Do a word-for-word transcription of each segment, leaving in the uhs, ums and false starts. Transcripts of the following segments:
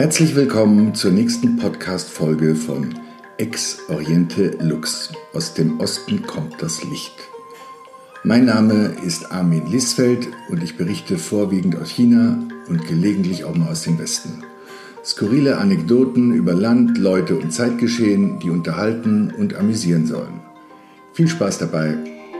Herzlich willkommen zur nächsten Podcast-Folge von Ex Oriente Lux. Aus dem Osten kommt das Licht. Mein Name ist Armin Liesfeld und ich berichte vorwiegend aus China und gelegentlich auch mal aus dem Westen. Skurrile Anekdoten über Land, Leute und Zeitgeschehen, die unterhalten und amüsieren sollen. Viel Spaß dabei!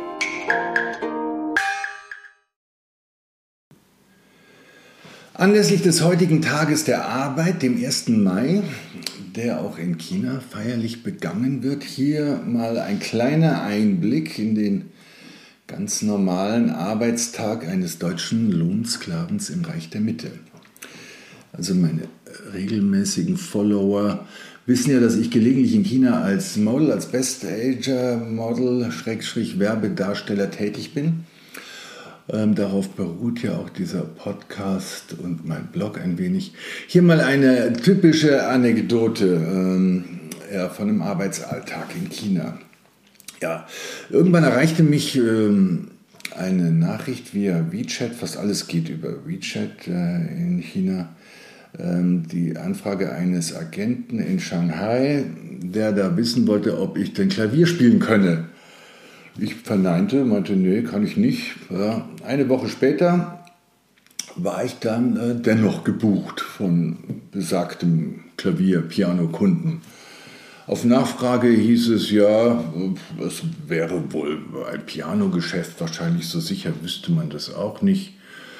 Anlässlich des heutigen Tages der Arbeit, dem ersten Mai, der auch in China feierlich begangen wird, hier mal ein kleiner Einblick in den ganz normalen Arbeitstag eines deutschen Lohnsklavens im Reich der Mitte. Also meine regelmäßigen Follower wissen ja, dass ich gelegentlich in China als Model, als Best-Ager-Model, Schrägstrich Werbedarsteller tätig bin. Ähm, darauf beruht ja auch dieser Podcast und mein Blog ein wenig. Hier mal eine typische Anekdote ähm, ja, von einem Arbeitsalltag in China. Ja, irgendwann erreichte mich ähm, eine Nachricht via WeChat, fast alles geht über WeChat äh, in China, ähm, die Anfrage eines Agenten in Shanghai, der da wissen wollte, ob ich denn Klavier spielen könne. Ich verneinte, meinte, nee, kann ich nicht. Ja, eine Woche später war ich dann äh, dennoch gebucht von besagtem Klavier-Piano-Kunden. Auf Nachfrage hieß es, ja, es wäre wohl ein Pianogeschäft, wahrscheinlich so sicher wüsste man das auch nicht.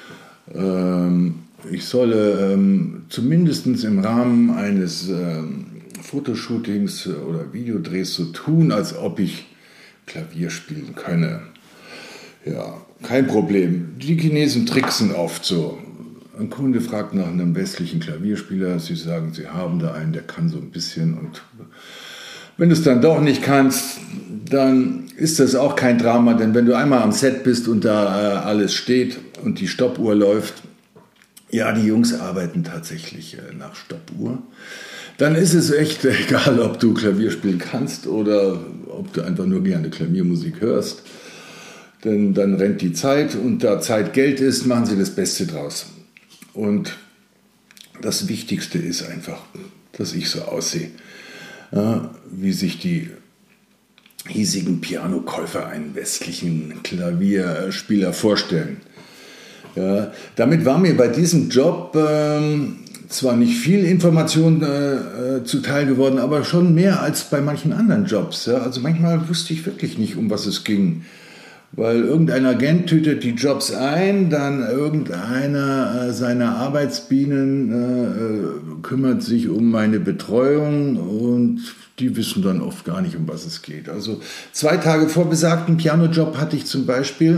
Ähm, ich solle ähm, zumindest im Rahmen eines ähm, Fotoshootings oder Videodrehs so tun, als ob ich Klavier spielen könne. Ja, kein Problem. Die Chinesen tricksen oft so. Ein Kunde fragt nach einem westlichen Klavierspieler. Sie sagen, sie haben da einen, der kann so ein bisschen. Und wenn du es dann doch nicht kannst, dann ist das auch kein Drama. Denn wenn du einmal am Set bist und da äh, alles steht und die Stoppuhr läuft, ja, die Jungs arbeiten tatsächlich äh, nach Stoppuhr. Dann ist es echt egal, ob du Klavier spielen kannst oder ob du einfach nur gerne Klaviermusik hörst. Denn dann rennt die Zeit und da Zeit Geld ist, machen sie das Beste draus. Und das Wichtigste ist einfach, dass ich so aussehe, ja, wie sich die hiesigen Pianokäufer einen westlichen Klavierspieler vorstellen. Ja, damit war mir bei diesem Job ähm, zwar nicht viel Information äh, zuteil geworden, aber schon mehr als bei manchen anderen Jobs. Ja? Also manchmal wusste ich wirklich nicht, um was es ging. Weil irgendein Agent tütet die Jobs ein, dann irgendeiner äh, seiner Arbeitsbienen äh, kümmert sich um meine Betreuung und die wissen dann oft gar nicht, um was es geht. Also zwei Tage vor besagten Pianojob hatte ich zum Beispiel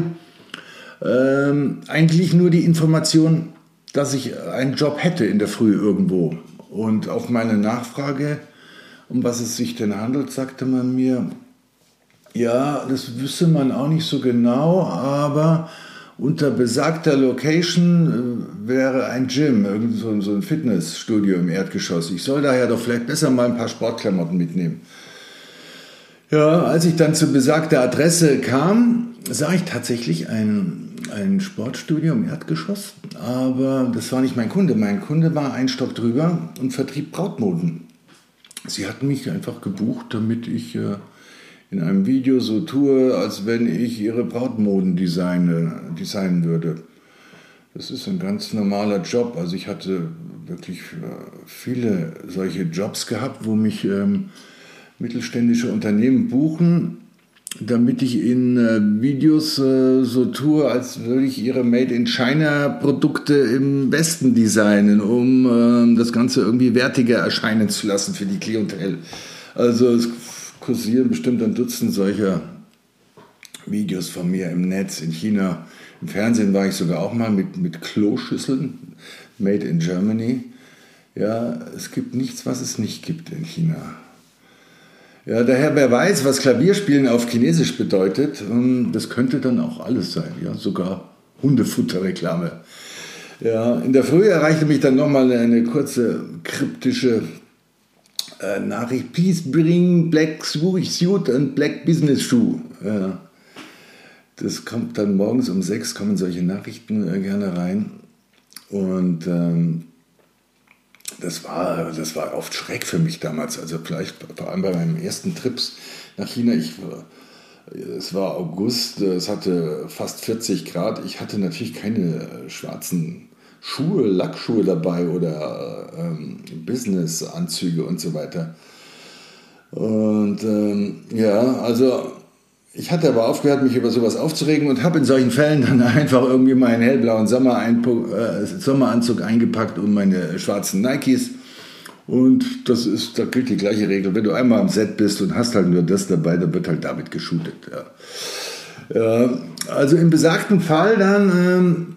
ähm, eigentlich nur die Information, dass ich einen Job hätte in der Früh irgendwo. Und auf meine Nachfrage, um was es sich denn handelt, sagte man mir, ja, das wüsste man auch nicht so genau, aber unter besagter Location äh, wäre ein Gym, irgend so, so ein Fitnessstudio im Erdgeschoss. Ich soll daher doch vielleicht besser mal ein paar Sportklamotten mitnehmen. Ja, als ich dann zu besagter Adresse kam, sah ich tatsächlich ein ein Sportstudio im Erdgeschoss, aber das war nicht mein Kunde. Mein Kunde war ein Stock drüber und vertrieb Brautmoden. Sie hatten mich einfach gebucht, damit ich äh, in einem Video so tue, als wenn ich ihre Brautmoden designe, designen würde. Das ist ein ganz normaler Job. Also ich hatte wirklich äh, viele solche Jobs gehabt, wo mich ähm, mittelständische Unternehmen buchen, damit ich in äh, Videos äh, so tue, als würde ich ihre Made-in-China-Produkte im Westen designen, um äh, das Ganze irgendwie wertiger erscheinen zu lassen für die Klientel. Also es kursieren bestimmt ein Dutzend solcher Videos von mir im Netz, in China. Im Fernsehen war ich sogar auch mal mit, mit Kloschüsseln, Made in Germany. Ja, es gibt nichts, was es nicht gibt in China. Ja, daher, wer weiß, was Klavierspielen auf Chinesisch bedeutet, das könnte dann auch alles sein, ja, sogar Hundefutterreklame. Ja, in der Früh erreichte mich dann nochmal eine kurze kryptische äh, Nachricht. Please bring black suit and black business shoe. Ja, das kommt dann morgens um sechs, kommen solche Nachrichten äh, gerne rein. Und ähm, das war, das war oft Schreck für mich damals. Also vielleicht vor allem bei meinen ersten Trips nach China. Ich, es war August, es hatte fast vierzig Grad. Ich hatte natürlich keine schwarzen Schuhe, Lackschuhe dabei oder ähm, Businessanzüge und so weiter. Und ähm, ja, also ich hatte aber aufgehört, mich über sowas aufzuregen und habe in solchen Fällen dann einfach irgendwie meinen hellblauen Sommereinpo- äh, Sommeranzug eingepackt und meine schwarzen Nikes. Und das ist, da gilt die gleiche Regel. Wenn du einmal am Set bist und hast halt nur das dabei, dann wird halt damit geshootet. Ja. Ja, also im besagten Fall dann ähm,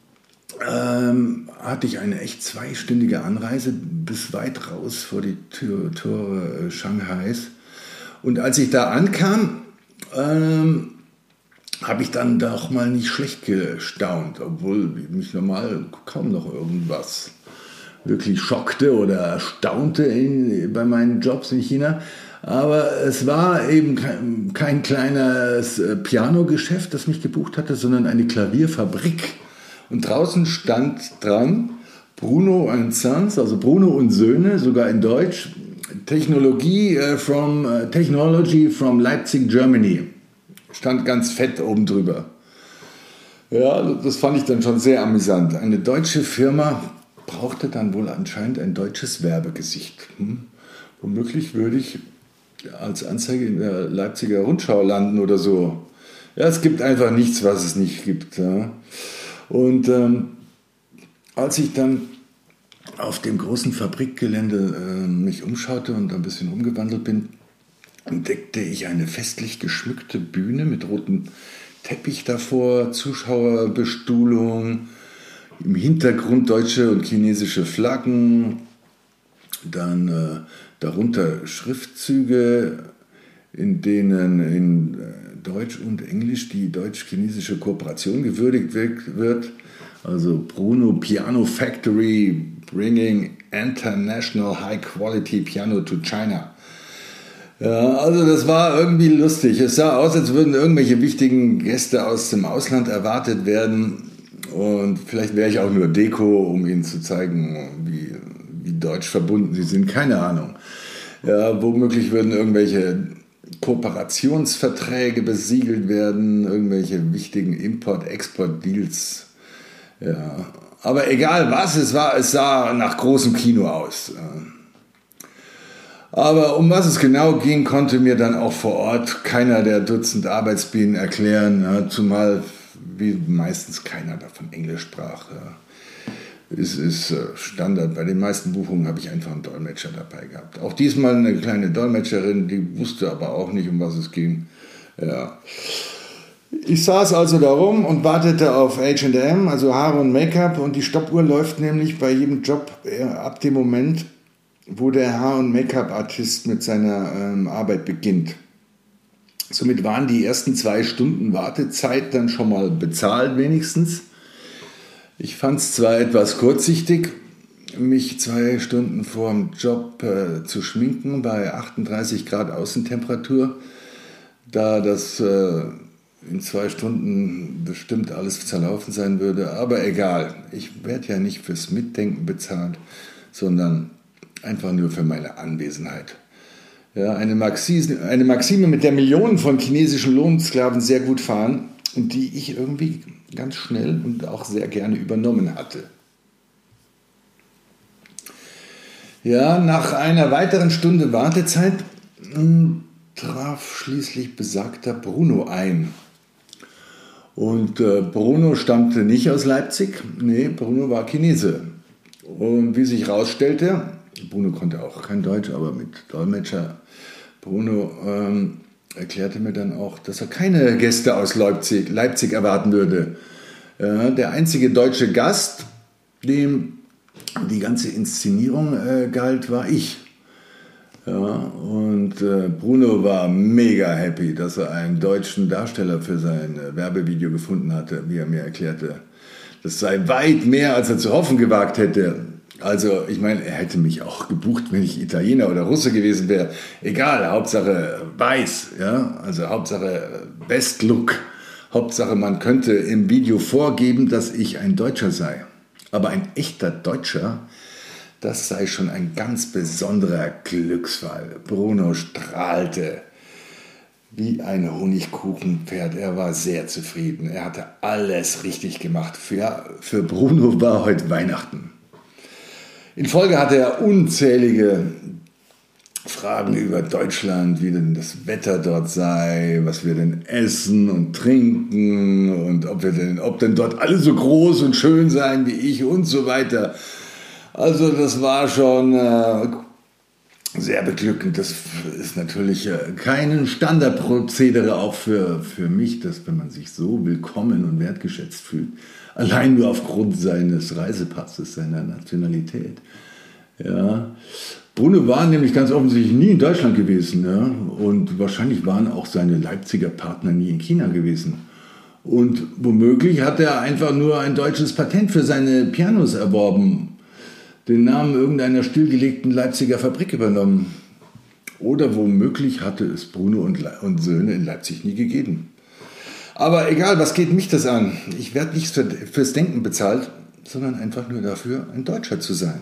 ähm, hatte ich eine echt zweistündige Anreise bis weit raus vor die Tür, Tore äh, Shanghais. Und als ich da ankam, ähm, habe ich dann doch mal nicht schlecht gestaunt, obwohl mich normal kaum noch irgendwas wirklich schockte oder erstaunte in, bei meinen Jobs in China. Aber es war eben kein, kein kleines Pianogeschäft, das mich gebucht hatte, sondern eine Klavierfabrik. Und draußen stand dran Bruno and Sons, also Bruno und Söhne, sogar in Deutsch, Technologie uh, from, uh, Technology from Leipzig, Germany. Stand ganz fett oben drüber. Ja, das fand ich dann schon sehr amüsant. Eine deutsche Firma brauchte dann wohl anscheinend ein deutsches Werbegesicht. Hm? Womöglich würde ich als Anzeige in der Leipziger Rundschau landen oder so. Ja, es gibt einfach nichts, was es nicht gibt. Ja. Und ähm, als ich dann auf dem großen Fabrikgelände äh, mich umschaute und ein bisschen umgewandelt bin, entdeckte ich eine festlich geschmückte Bühne mit rotem Teppich davor, Zuschauerbestuhlung, im Hintergrund deutsche und chinesische Flaggen, dann äh, darunter Schriftzüge, in denen in äh, Deutsch und Englisch die deutsch-chinesische Kooperation gewürdigt wird. Also Bruno Piano Factory bringing international high quality piano to China. Ja, also das war irgendwie lustig. Es sah aus, als würden irgendwelche wichtigen Gäste aus dem Ausland erwartet werden. Und vielleicht wäre ich auch nur Deko, um ihnen zu zeigen, wie, wie deutsch verbunden sie sind. Keine Ahnung. Ja, womöglich würden irgendwelche Kooperationsverträge besiegelt werden, irgendwelche wichtigen Import-Export-Deals. Ja, aber egal was es war, es sah nach großem Kino aus. Aber um was es genau ging, konnte mir dann auch vor Ort keiner der Dutzend Arbeitsbienen erklären, ja, zumal wie meistens keiner davon Englisch sprach. Ja. Es ist Standard. Bei den meisten Buchungen habe ich einfach einen Dolmetscher dabei gehabt. Auch diesmal eine kleine Dolmetscherin, die wusste aber auch nicht, um was es ging. Ja. Ich saß also da rum und wartete auf H and M, also Haare und Make-up, und die Stoppuhr läuft nämlich bei jedem Job ab dem Moment, wo der Haar- und Make-up-Artist mit seiner ähm, Arbeit beginnt. Somit waren die ersten zwei Stunden Wartezeit dann schon mal bezahlt wenigstens. Ich fand es zwar etwas kurzsichtig, mich zwei Stunden vor dem Job äh, zu schminken bei achtunddreißig Grad Außentemperatur, da das äh, in zwei Stunden bestimmt alles zerlaufen sein würde. Aber egal, ich werde ja nicht fürs Mitdenken bezahlt, sondern einfach nur für meine Anwesenheit. Ja, eine, Maxi, eine Maxime, mit der Millionen von chinesischen Lohnsklaven sehr gut fahren und die ich irgendwie ganz schnell und auch sehr gerne übernommen hatte. Ja, nach einer weiteren Stunde Wartezeit mh, traf schließlich besagter Bruno ein. Und äh, Bruno stammte nicht aus Leipzig, nee, Bruno war Chinese. Und wie sich herausstellte, Bruno konnte auch kein Deutsch, aber mit Dolmetscher, Bruno ähm, erklärte mir dann auch, dass er keine Gäste aus Leipzig, Leipzig erwarten würde. Äh, der einzige deutsche Gast, dem die ganze Inszenierung äh, galt, war ich. Ja, und äh, Bruno war mega happy, dass er einen deutschen Darsteller für sein äh, Werbevideo gefunden hatte, wie er mir erklärte. Das sei weit mehr, als er zu hoffen gewagt hätte. Also, ich meine, er hätte mich auch gebucht, wenn ich Italiener oder Russe gewesen wäre. Egal, Hauptsache weiß, ja, also Hauptsache Best Look. Hauptsache, man könnte im Video vorgeben, dass ich ein Deutscher sei. Aber ein echter Deutscher, das sei schon ein ganz besonderer Glücksfall. Bruno strahlte wie ein Honigkuchenpferd. Er war sehr zufrieden. Er hatte alles richtig gemacht. Für, für Bruno war heute Weihnachten. In Folge hatte er unzählige Fragen über Deutschland, wie denn das Wetter dort sei, was wir denn essen und trinken und ob, wir denn, ob denn dort alle so groß und schön seien wie ich und so weiter. Also das war schon äh, sehr beglückend. Das ist natürlich äh, kein Standardprozedere auch für, für mich, dass wenn man sich so willkommen und wertgeschätzt fühlt, allein nur aufgrund seines Reisepasses, seiner Nationalität. Ja. Bruno war nämlich ganz offensichtlich nie in Deutschland gewesen, ja? Und wahrscheinlich waren auch seine Leipziger Partner nie in China gewesen. Und womöglich hat er einfach nur ein deutsches Patent für seine Pianos erworben, den Namen irgendeiner stillgelegten Leipziger Fabrik übernommen. Oder womöglich hatte es Bruno und, Le- und Söhne in Leipzig nie gegeben. Aber egal, was geht mich das an? Ich werde nicht für, fürs Denken bezahlt, sondern einfach nur dafür, ein Deutscher zu sein.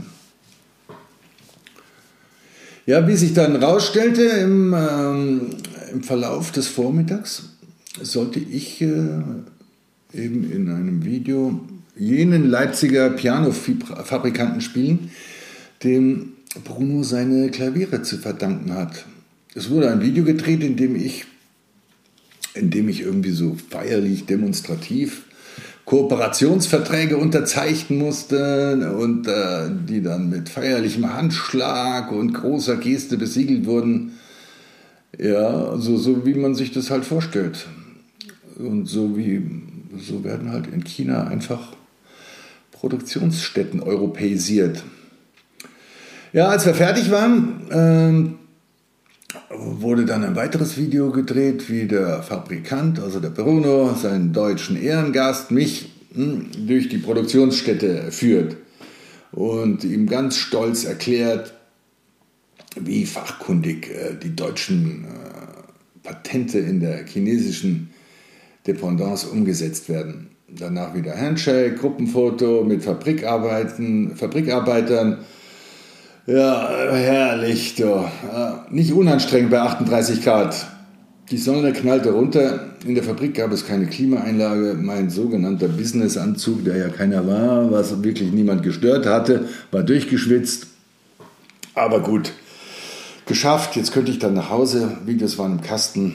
Ja, wie sich dann rausstellte im, ähm, im Verlauf des Vormittags, sollte ich äh, eben in einem Video jenen Leipziger Pianofabrikanten spielen, dem Bruno seine Klaviere zu verdanken hat. Es wurde ein Video gedreht, in dem ich, in dem ich irgendwie so feierlich, demonstrativ Kooperationsverträge unterzeichnen musste und äh, die dann mit feierlichem Handschlag und großer Geste besiegelt wurden. Ja, also so wie man sich das halt vorstellt. Und so wie so werden halt in China einfach Produktionsstätten europäisiert. Ja, als wir fertig waren, ähm, wurde dann ein weiteres Video gedreht, wie der Fabrikant, also der Bruno, seinen deutschen Ehrengast, mich mh, durch die Produktionsstätte führt und ihm ganz stolz erklärt, wie fachkundig äh, die deutschen äh, Patente in der chinesischen Dependance umgesetzt werden. Danach wieder Handshake, Gruppenfoto mit Fabrikarbeiten, Fabrikarbeitern. Ja, herrlich, doch. Ja, nicht unanstrengend bei achtunddreißig Grad. Die Sonne knallte runter. In der Fabrik gab es keine Klimaanlage. Mein sogenannter Businessanzug, der ja keiner war, was wirklich niemand gestört hatte, war durchgeschwitzt. Aber gut, geschafft. Jetzt könnte ich dann nach Hause. Videos waren im Kasten.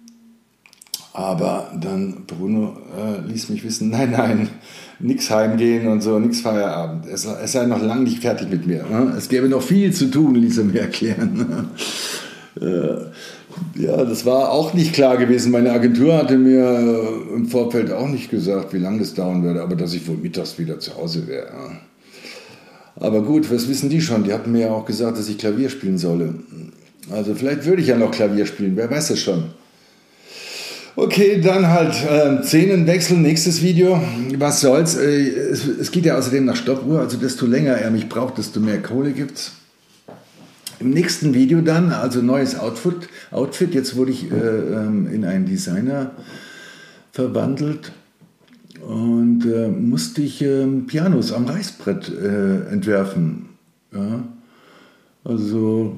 Aber dann Bruno äh, ließ mich wissen, nein, nein, nix heimgehen und so, nix Feierabend. Es, es sei noch lange nicht fertig mit mir. Ne? Es gäbe noch viel zu tun, ließ er mir erklären. äh, ja, das war auch nicht klar gewesen. Meine Agentur hatte mir im Vorfeld auch nicht gesagt, wie lange das dauern würde, aber dass ich wohl mittags wieder zu Hause wäre. Ja. Aber gut, was wissen die schon? Die hatten mir ja auch gesagt, dass ich Klavier spielen solle. Also vielleicht würde ich ja noch Klavier spielen, wer weiß das schon. Okay, dann halt äh, Szenenwechsel, nächstes Video. Was soll's? Äh, es, es geht ja außerdem nach Stoppuhr, also desto länger er mich braucht, desto mehr Kohle gibt's. Im nächsten Video dann, also neues Outfit. Outfit. Jetzt wurde ich äh, ähm, in einen Designer verwandelt und äh, musste ich äh, Pianos am Reißbrett äh, entwerfen. Ja? Also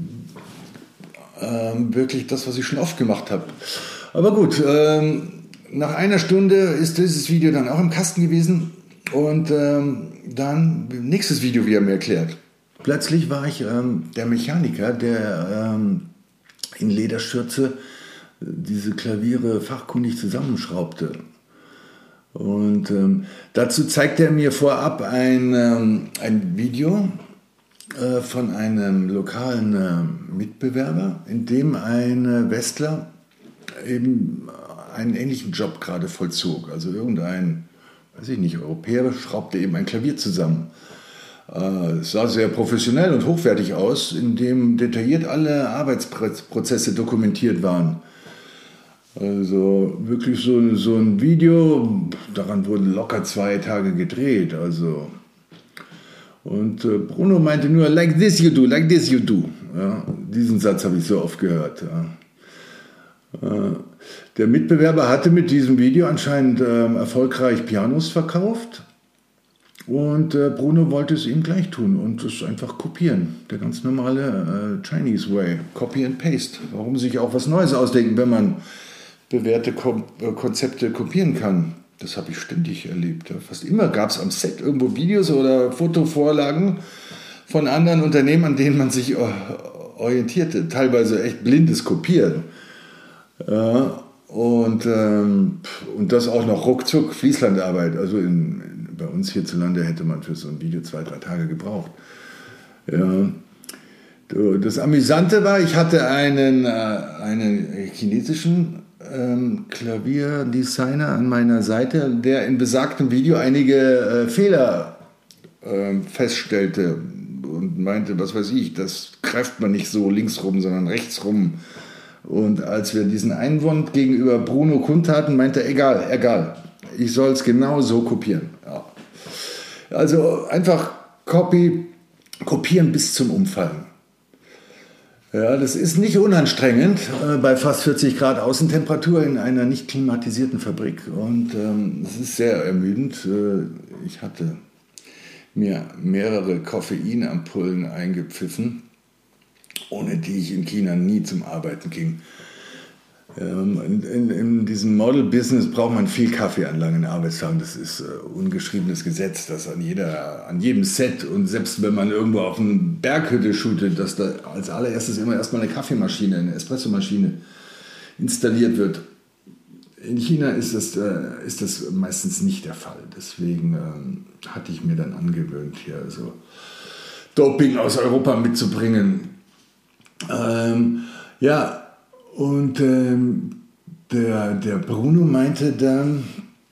äh, wirklich das, was ich schon oft gemacht habe. Aber gut, ähm, nach einer Stunde ist dieses Video dann auch im Kasten gewesen und ähm, dann nächstes Video, wie er mir erklärt. Plötzlich war ich ähm, der Mechaniker, der ähm, in Lederschürze diese Klaviere fachkundig zusammenschraubte. Und ähm, dazu zeigte er mir vorab ein, ähm, ein Video äh, von einem lokalen äh, Mitbewerber, in dem ein äh, Westler eben einen ähnlichen Job gerade vollzog. Also irgendein, weiß ich nicht, Europäer schraubte eben ein Klavier zusammen. Es sah sehr professionell und hochwertig aus, in dem detailliert alle Arbeitsprozesse dokumentiert waren. Also wirklich so, so ein Video, daran wurden locker zwei Tage gedreht. Also. Und Bruno meinte nur, like this you do, like this you do. Ja, diesen Satz habe ich so oft gehört. Ja. Der Mitbewerber hatte mit diesem Video anscheinend äh, erfolgreich Pianos verkauft Und äh, Bruno wollte es ihm gleich tun und es einfach kopieren. Der ganz normale äh, Chinese Way. Copy and Paste. Warum sich auch was Neues ausdenken, wenn man bewährte Ko- äh, Konzepte kopieren kann? Das habe ich ständig erlebt. Ja. Fast immer gab es am Set irgendwo Videos oder Fotovorlagen von anderen Unternehmen, an denen man sich äh, orientierte. Teilweise echt blindes Kopieren. Ja. Und, ähm, und das auch noch ruckzuck Fließlandarbeit. Also in, in, bei uns hierzulande hätte man für so ein Video zwei, drei Tage gebraucht. Ja. Das Amüsante war, ich hatte einen, äh, einen chinesischen ähm, Klavierdesigner an meiner Seite, der in besagtem Video einige äh, Fehler äh, feststellte und meinte, was weiß ich, das greift man nicht so links rum, sondern rechts rum. Und als wir diesen Einwand gegenüber Bruno kundtaten, meinte er, egal, egal, ich soll es genau so kopieren. Ja. Also einfach Copy, kopieren bis zum Umfallen. Ja, das ist nicht unanstrengend äh, bei fast vierzig Grad Außentemperatur in einer nicht klimatisierten Fabrik. Und ähm, es ist sehr ermüdend. Äh, ich hatte mir mehrere Koffeinampullen eingepfiffen, ohne die ich in China nie zum Arbeiten ging. Ähm, in, in, in diesem Model-Business braucht man viel Kaffee an langen Arbeitstagen. Das ist äh, ungeschriebenes Gesetz, dass an, jeder, an jedem Set und selbst wenn man irgendwo auf einer Berghütte shootet, dass da als allererstes immer erstmal eine Kaffeemaschine, eine Espressomaschine installiert wird. In China ist das, äh, ist das meistens nicht der Fall. Deswegen ähm, hatte ich mir dann angewöhnt, hier so Doping aus Europa mitzubringen. Ähm, ja, und ähm, der, der Bruno meinte dann,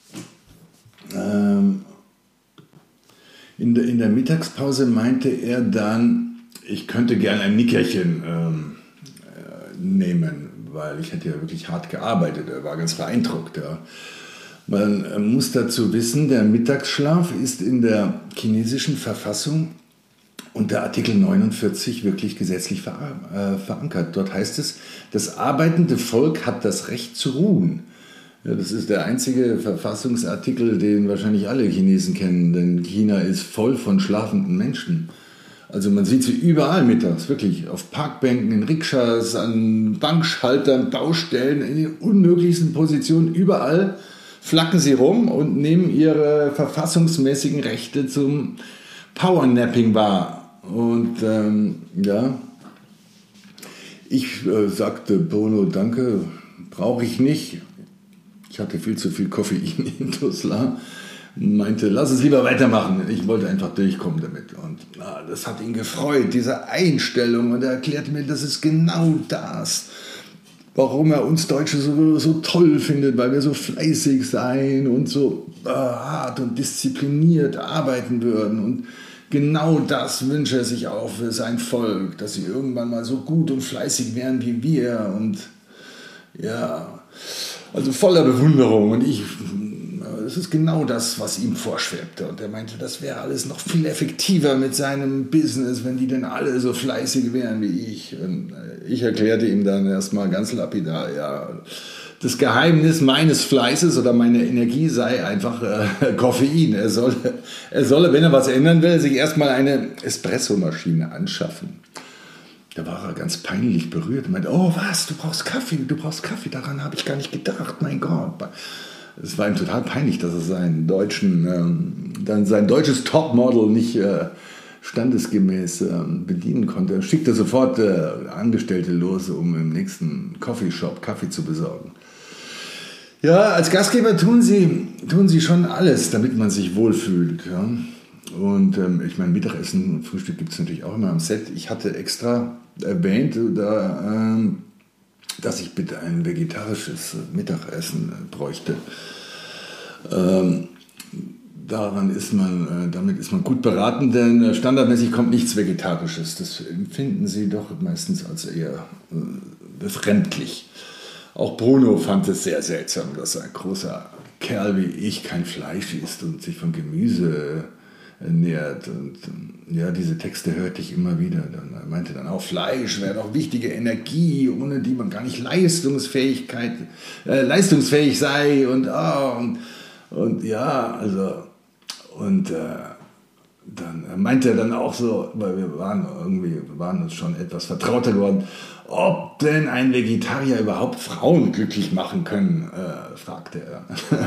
ähm, in, der, in der Mittagspause meinte er dann, ich könnte gern ein Nickerchen ähm, äh, nehmen, weil ich hätte ja wirklich hart gearbeitet, er war ganz beeindruckt. Ja. Man äh, muss dazu wissen, der Mittagsschlaf ist in der chinesischen Verfassung unter Artikel neunundvierzig wirklich gesetzlich verankert. Dort heißt es, das arbeitende Volk hat das Recht zu ruhen. Ja, das ist der einzige Verfassungsartikel, den wahrscheinlich alle Chinesen kennen, denn China ist voll von schlafenden Menschen. Also man sieht sie überall mittags, wirklich auf Parkbänken, in Rikschas, an Bankschaltern, Baustellen, in den unmöglichsten Positionen, überall flacken sie rum und nehmen ihre verfassungsmäßigen Rechte zum Powernapping wahr. Und ähm, ja, ich äh, sagte Bruno, danke, brauche ich nicht. Ich hatte viel zu viel Koffein in Tuzla. Meinte, lass es lieber weitermachen. Ich wollte einfach durchkommen damit. Und ah, das hat ihn gefreut, diese Einstellung. Und er erklärte mir, das ist genau das, warum er uns Deutsche so, so toll findet, weil wir so fleißig sein und so äh, hart und diszipliniert arbeiten würden. Und genau das wünsche er sich auch für sein Volk, dass sie irgendwann mal so gut und fleißig wären wie wir. Und ja, also voller Bewunderung. Und ich, das ist genau das, was ihm vorschwebte. Und er meinte, das wäre alles noch viel effektiver mit seinem Business, wenn die denn alle so fleißig wären wie ich. Und ich erklärte ihm dann erstmal ganz lapidar, ja, das Geheimnis meines Fleißes oder meiner Energie sei einfach äh, Koffein. Er solle, er solle, wenn er was ändern will, sich erstmal eine Espressomaschine anschaffen. Da war er ganz peinlich berührt und meinte, oh was, du brauchst Kaffee, du brauchst Kaffee, daran habe ich gar nicht gedacht, mein Gott. Es war ihm total peinlich, dass er seinen deutschen, ähm, dann sein deutsches Topmodel nicht äh, standesgemäß äh, bedienen konnte. Er schickte sofort äh, Angestellte los, um im nächsten Coffeeshop Kaffee zu besorgen. Ja, als Gastgeber tun sie, tun sie schon alles, damit man sich wohlfühlt. Ja. Und ähm, ich meine, Mittagessen und Frühstück gibt es natürlich auch immer am Set. Ich hatte extra erwähnt, da, ähm, dass ich bitte ein vegetarisches Mittagessen bräuchte. Ähm, daran ist man, äh, damit ist man gut beraten, denn standardmäßig kommt nichts Vegetarisches. Das empfinden sie doch meistens als eher äh, befremdlich. Auch Bruno fand es sehr seltsam, dass ein großer Kerl wie ich kein Fleisch isst und sich von Gemüse ernährt. Und ja, diese Texte hörte ich immer wieder. Dann, er meinte dann auch, Fleisch wäre doch wichtige Energie, ohne die man gar nicht Leistungsfähigkeit, äh, leistungsfähig sei. Und, oh, und, und ja, also, und äh, dann meinte er dann auch so, weil wir waren irgendwie, wir waren uns schon etwas vertrauter geworden, ob denn ein Vegetarier überhaupt Frauen glücklich machen können, äh, fragte er.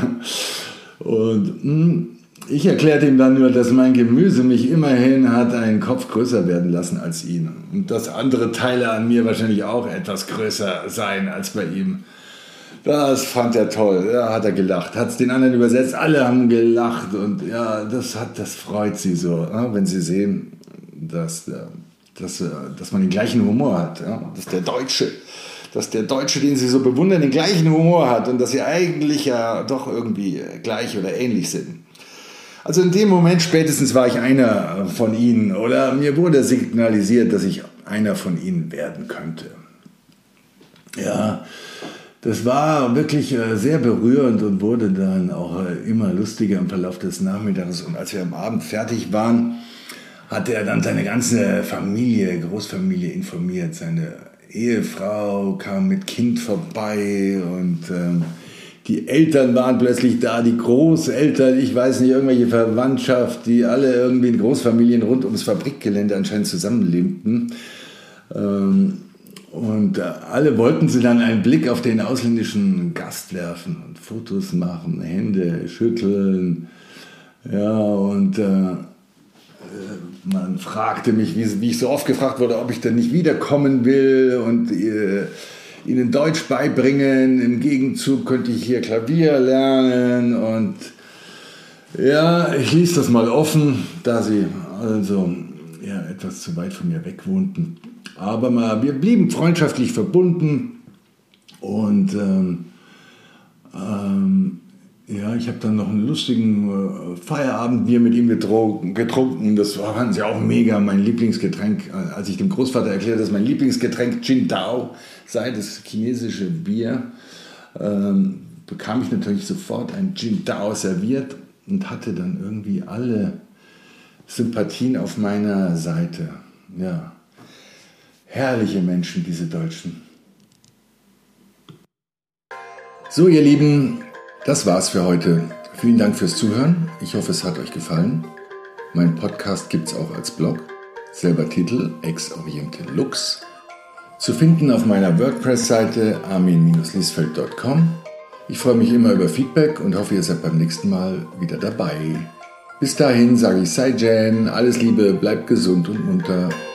Und mh, ich erklärte ihm dann nur, dass mein Gemüse mich immerhin hat einen Kopf größer werden lassen als ihn. Und dass andere Teile an mir wahrscheinlich auch etwas größer seien als bei ihm. Das fand er toll, da hat er gelacht, hat es den anderen übersetzt, alle haben gelacht und ja, das, hat, das freut sie so, ja, wenn sie sehen, dass, dass, dass man den gleichen Humor hat, ja, dass der Deutsche, dass der Deutsche, den sie so bewundern, den gleichen Humor hat und dass sie eigentlich ja doch irgendwie gleich oder ähnlich sind. Also in dem Moment spätestens war ich einer von ihnen oder mir wurde signalisiert, dass ich einer von ihnen werden könnte. Ja, das war wirklich sehr berührend und wurde dann auch immer lustiger im Verlauf des Nachmittags. Und als wir am Abend fertig waren, hat er dann seine ganze Familie, Großfamilie informiert. Seine Ehefrau kam mit Kind vorbei und ähm, die Eltern waren plötzlich da, die Großeltern, ich weiß nicht, irgendwelche Verwandtschaft, die alle irgendwie in Großfamilien rund ums Fabrikgelände anscheinend zusammenlebten. Ähm, Und alle wollten sie dann einen Blick auf den ausländischen Gast werfen und Fotos machen, Hände schütteln. Ja, und äh, man fragte mich, wie, wie ich so oft gefragt wurde, ob ich denn nicht wiederkommen will und äh, ihnen Deutsch beibringen. Im Gegenzug könnte ich hier Klavier lernen. Und ja, ich ließ das mal offen, da sie also ja, etwas zu weit von mir weg wohnten. Aber mal, wir blieben freundschaftlich verbunden und ähm, ähm, ja, ich habe dann noch einen lustigen äh, Feierabendbier mit ihm getrunken. Das war, fanden sie auch mega, mein Lieblingsgetränk. Als ich dem Großvater erklärte, dass mein Lieblingsgetränk Qingdao sei, das chinesische Bier, ähm, bekam ich natürlich sofort ein Qingdao serviert und hatte dann irgendwie alle Sympathien auf meiner Seite. Ja. Herrliche Menschen, diese Deutschen. So, ihr Lieben, das war's für heute. Vielen Dank fürs Zuhören. Ich hoffe, es hat euch gefallen. Mein Podcast gibt's auch als Blog. Selber Titel, Ex-Oriente Lux. Zu finden auf meiner WordPress-Seite armin Bindestrich liesfeld Punkt com. Ich freue mich immer über Feedback und hoffe, ihr seid beim nächsten Mal wieder dabei. Bis dahin sage ich Sai Jen, alles Liebe, bleibt gesund und munter.